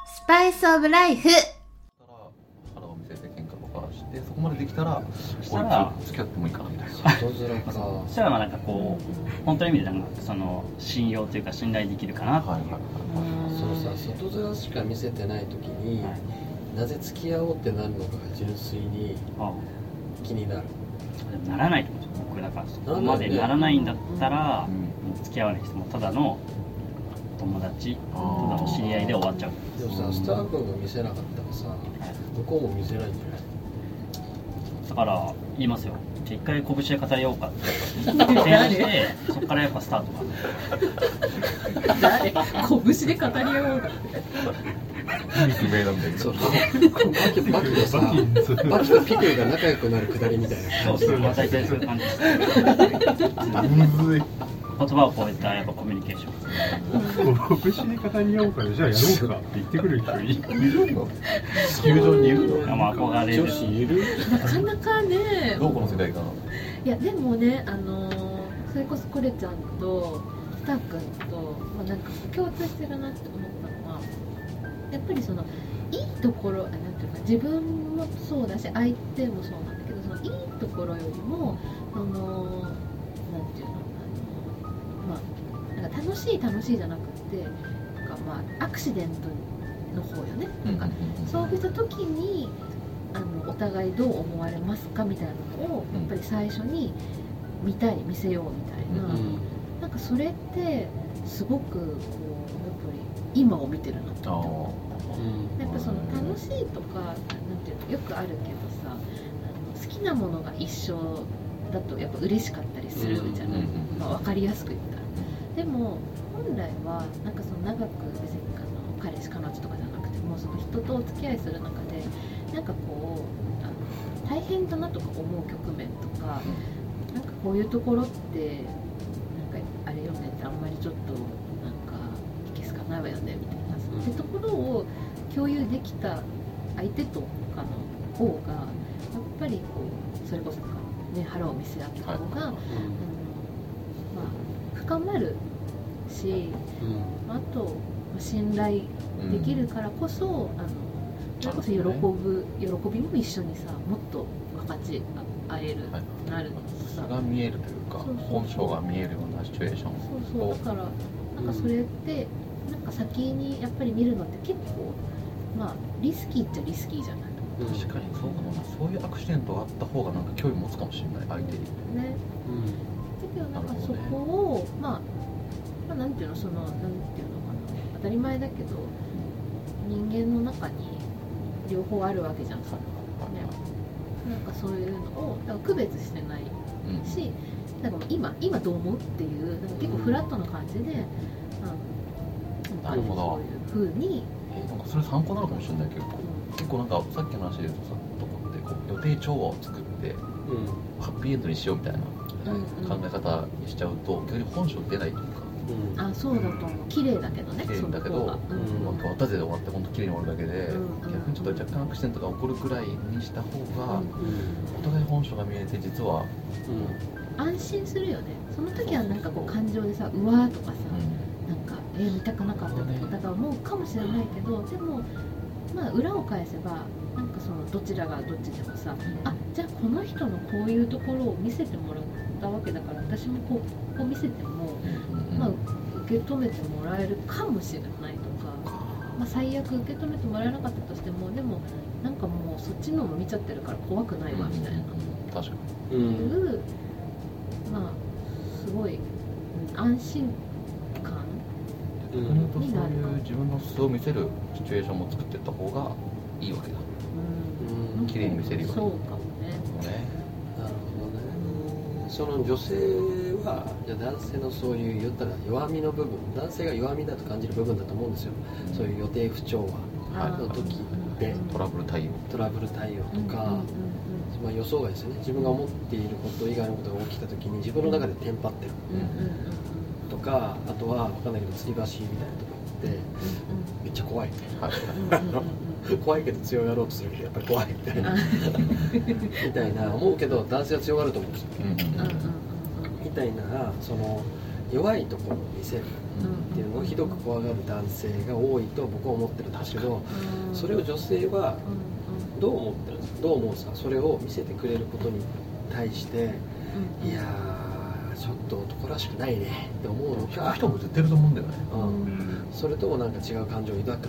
スパイスオブライフ。 腹を見せて喧嘩とかして、そこまでできたら付き合ってもいいかなみたいな。 そしたらなんかこう本当の意味でなんかその信用というか信頼できるかなっていう。 そのさ、外面しか見せてない時に、なぜ付き合おうってなるのかが純粋に気になる。 でもならないと思うんですよ。僕だからそこまでならないんだったら、もう付き合わない人もただの友達、ただの知り合いで終わっちゃう。 でもさ、スター君が見せなかったらさ、向こうも見せないんじゃない？ だから言いますよ。じゃあ一回拳で語り合おうかって提案して、そこからやっぱスタートが。 誰？拳で語り合おうかって。 不明なんだけど。 バキとさ、バキとピクルが仲良くなるくだりみたいな。 そう、大体そういう感じです。 むずい。 言葉を超えたやっぱコミュニケーション。 拳で語り合おうかで、じゃあやろうかって言ってくる人いるの？ 球場にいるの？ まあ憧れる。 女子いる？ なかなかね。 どこの世界かな。 いやでもね、それこそコレちゃんとスター君と、なんか共通してるなって思ったのは、やっぱりそのいいところ、なんていうか自分もそうだし相手もそうなんだけど、そのいいところよりもなんていうの、なんか楽しいじゃなくて、なんかアクシデントの方よね。なんかそうした時にお互いどう思われますかみたいなのをやっぱり最初に見せようみたいな、なんかそれってすごくこうやっぱり今を見てるなって思う。やっぱその楽しいとかなんていうのよくあるけどさ、好きなものが一緒だとやっぱ嬉しかったりするじゃない。分かりやすく言ったら。でも本来はなんかその長く別に彼氏彼女とかじゃなくても、その人とお付き合いする中でなんかこう大変だなとか思う局面とか、なんかこういうところってなんかあれよねって、あんまりちょっとなんかいけすかないわよねみたいな、ってところを共有できた相手とかの方がやっぱりこうそれこそね、腹を見せ合った方が、深まるし、あと信頼できるからこそ、それこそ喜びも一緒にさ、もっと分かち合える、なるさが見えるというか、本性が見えるようなシチュエーション。 そうだからなんかそれってなんか先にやっぱり見るのって結構リスキーっちゃリスキーじゃない。 確かにそうかもな。そういうアクシデントがあった方がなんか興味持つかもしれない、相手にね。 だけどなんかそこをなんていうの、そのなんていうのかな、当たり前だけど人間の中に両方あるわけじゃん、そのね。なんかそういうのをだから区別してないし、なんか今どう思うっていうなんか結構フラットな感じで、 なるほど。 そういう風になんかそれ参考なのかもしれないけど、結構なんかさっきの話で言うとさ、とこってこう予定調和を作って、ハッピーエンドにしようみたいな考え方にしちゃうと逆に本性出ないというか。 そうだと思う。綺麗だけどね。 綺麗だけど、なんか綿で終わって本当綺麗に終わるだけで、逆にちょっと若干アクシデントが起こるくらいにした方が、お互い本性が見えて実は、 安心するよね。その時はなんかこう感情でさ、うわーとかさ、なんか見たくなかったとかお互い思うかもしれないけど、でも裏を返せばなんかそのどちらがどっちでもさ、じゃあこの人のこういうところを見せてもらったわけだから、私もこう見せても、受け止めてもらえるかもしれないとか、最悪受け止めてもらえなかったとしても、でもなんかもうそっちのも見ちゃってるから怖くないわみたいな、 確かにいうすごい安心感になる。 そういう自分の素を見せるシチュエーションも作っていった方がいいわけだ。綺麗に見せるように。 そうかもね。 なるほどね。その女性はじゃあ男性のそういう言ったら弱みの部分、男性が弱みだと感じる部分だと思うんですよ。そういう予定不調和の時でトラブル対応とか、予想外ですよね。自分が思っていること以外のことが起きた時に自分の中でテンパってるとか、あとは分かんないけど吊り橋みたいなとこ行ってめっちゃ怖い怖いけど強がろうとするけどやっぱり怖いみたいなみたいな思うけど、男性は強がると思うんですよ、みたいなその弱いところを見せるっていうのをひどく怖がる男性が多いと僕は思ってるんですけど、それを女性はどう思ってるんですか？どう思うんですか？それを見せてくれることに対して、いやーちょっと男らしくないねって思うのか、 人も絶対いると思うんだよね、 それともなんか違う感情を抱くのかとか。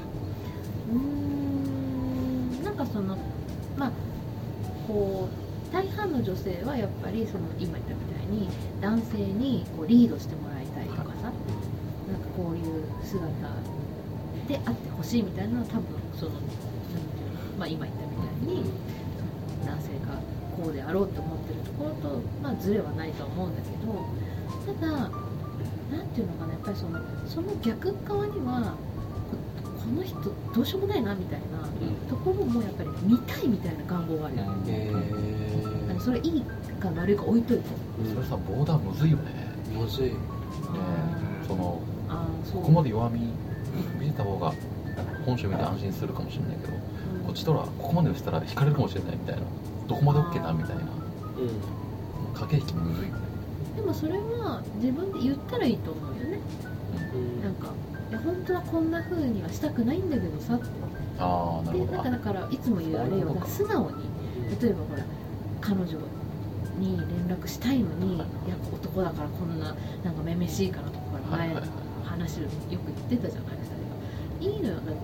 なんかそのまあこう大半の女性はやっぱりその今言ったみたいに男性にこうリードしてもらいたいとかさ、なんかこういう姿であってほしいみたいなのは多分そのまあ今言ったみたいに男性がこうであろうと思ってるところとまあズレはないとは思うんだけど、ただなんていうのかな、やっぱりその逆側にはこの人どうしようもないなみたいなところもやっぱり見たいみたいな願望があるよね。それいいか悪いか置いといて、 それさボーダーむずいよね。 むずい、 そのここまで弱み見せた方が本性見て安心するかもしれないけど、こっちとらここまでしたら惹かれるかもしれないみたいな、どこまで OK だみたいな、駆け引きむずいよね。 でもそれは自分で言ったらいいと思うよね。なんかいや本当はこんな風にはしたくないんだけどさって。 ああなるほど。 だからいつも言うあれよ、素直に例えばほら彼女に連絡したいのに、いや男だからこんななんかめめしいからとか前の話よく言ってたじゃないですか。いいのよ、だって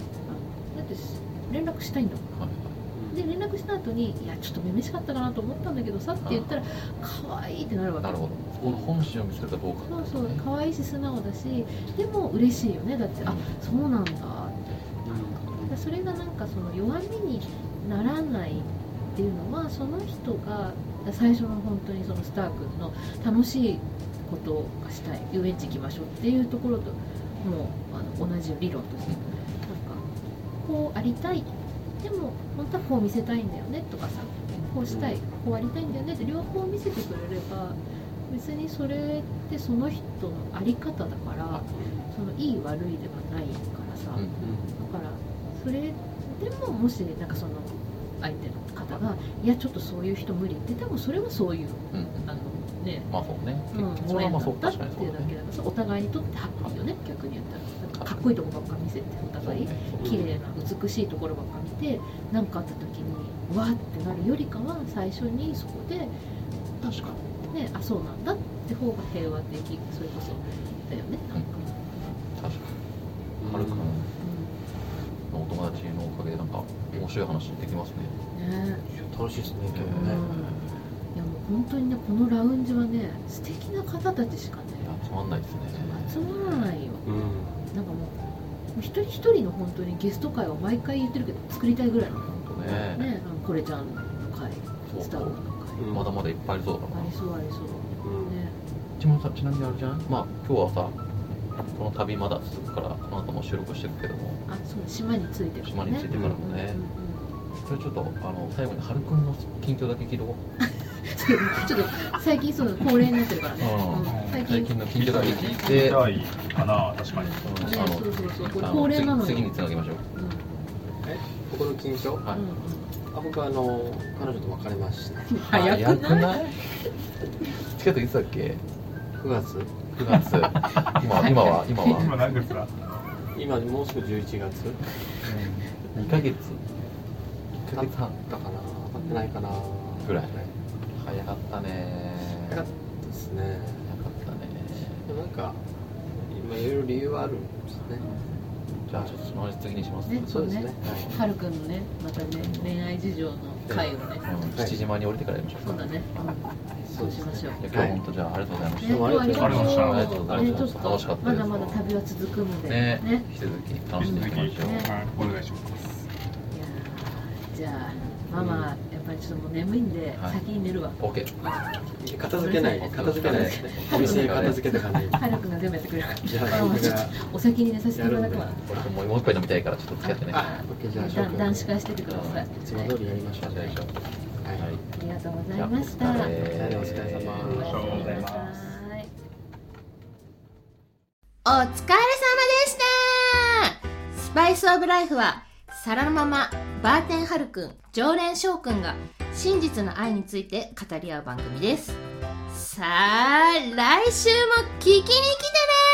連絡したいんだもん、で連絡した後にいやちょっとめめしかったかなと思ったんだけどさって言ったら可愛いってなるわけ。 なるほど。この本心を見せるかどうか、 そう可愛いし素直だし、でも嬉しいよね。だってあそうなんだって、それがなんかその弱みにならないっていうのは、その人が最初の本当にそのスター君の楽しいことがしたい、遊園地行きましょうっていうところともう同じ理論として、なんかこうありたい、でも本当はこう見せたいんだよねとかさ、こうしたい、こうありたいんだよねって両方見せてくれれば、別にそれってその人のあり方だから、そのいい悪いではないからさ、だからそれでももしなんかその相手の方がいやちょっとそういう人無理って言っても、それはそういう、ね、 まあそうね、 それはまあそうだっていうだけだから、お互いにとってハッピーよね。逆に言ったらかっこいいとこばっか見せて、お互い綺麗な美しいところばっか見て、何かあった時にわーってなるよりかは、最初にそこで確かにね、あそうなんだって方が平和的、それこそだよね。 確かにはるくんのお友達のおかげでなんか面白い話できますね。 楽しいですね今日ね。 いやもう本当にね、このラウンジはね、素敵な方たちしかね集まんないですね。 集まらないよ、なんかもう一人一人の本当にゲスト会は毎回言ってるけど作りたいぐらいの、 本当ね、 これちゃんの会、スタッフの会、 まだまだいっぱいありそうだから。 ありそうありそう、 ちなみにあれじゃない、まあ今日はさこの旅まだ続くから、この後も収録してるけども、 そう島についてる、 島についてからもね、それちょっと最後にはるくんの近況だけ聞いておこう。 ちょっと最近そう恒例になってるからね、 最近の近況だけ聞いて、 かな、確かに。 そうこれ恒例なのに次につなぎましょう。 ここの近況、僕は彼女と別れました。 早くない付き合っていつだっけ ？9月。 今何月だ？ 今もうすぐ11月。 2ヶ月経ったかな、経ってないかなぐらい。早かったね。 早かったですね。 早かったね。 でもなんか今いろいろ理由はあるんですね。 じゃあちょっとその話次にします。 そうですね。 はるくんのね、またね、恋愛事情の回をね、 父島に降りてからやりましょうか。 そうだね、そうしましょう。 今日は本当じゃあありがとうございました。 ありがとうございました。 ありがとうございました。楽しかったです。 まだまだ旅は続くのでね、引き続き楽しんでいきましょう。 お願いします。 じゃあママやっぱりちょっともう眠いんで先に寝るわ。 OK。 片付けないですね。お店片付けてかない。 はるくんが全部やってくれるから。 じゃあ僕がお先に寝させていただくわ。 俺もう一杯飲みたいからちょっと付き合ってね。 男子会しててください。 いつも通りやりましょう。 ありがとうございました。 お疲れ様。 お疲れ様です。 お疲れ様でした。スパイスオブライフはサラのままバーテンハルくん、常連翔くんが真実の愛について語り合う番組です。 さあ来週も聞きに来てね。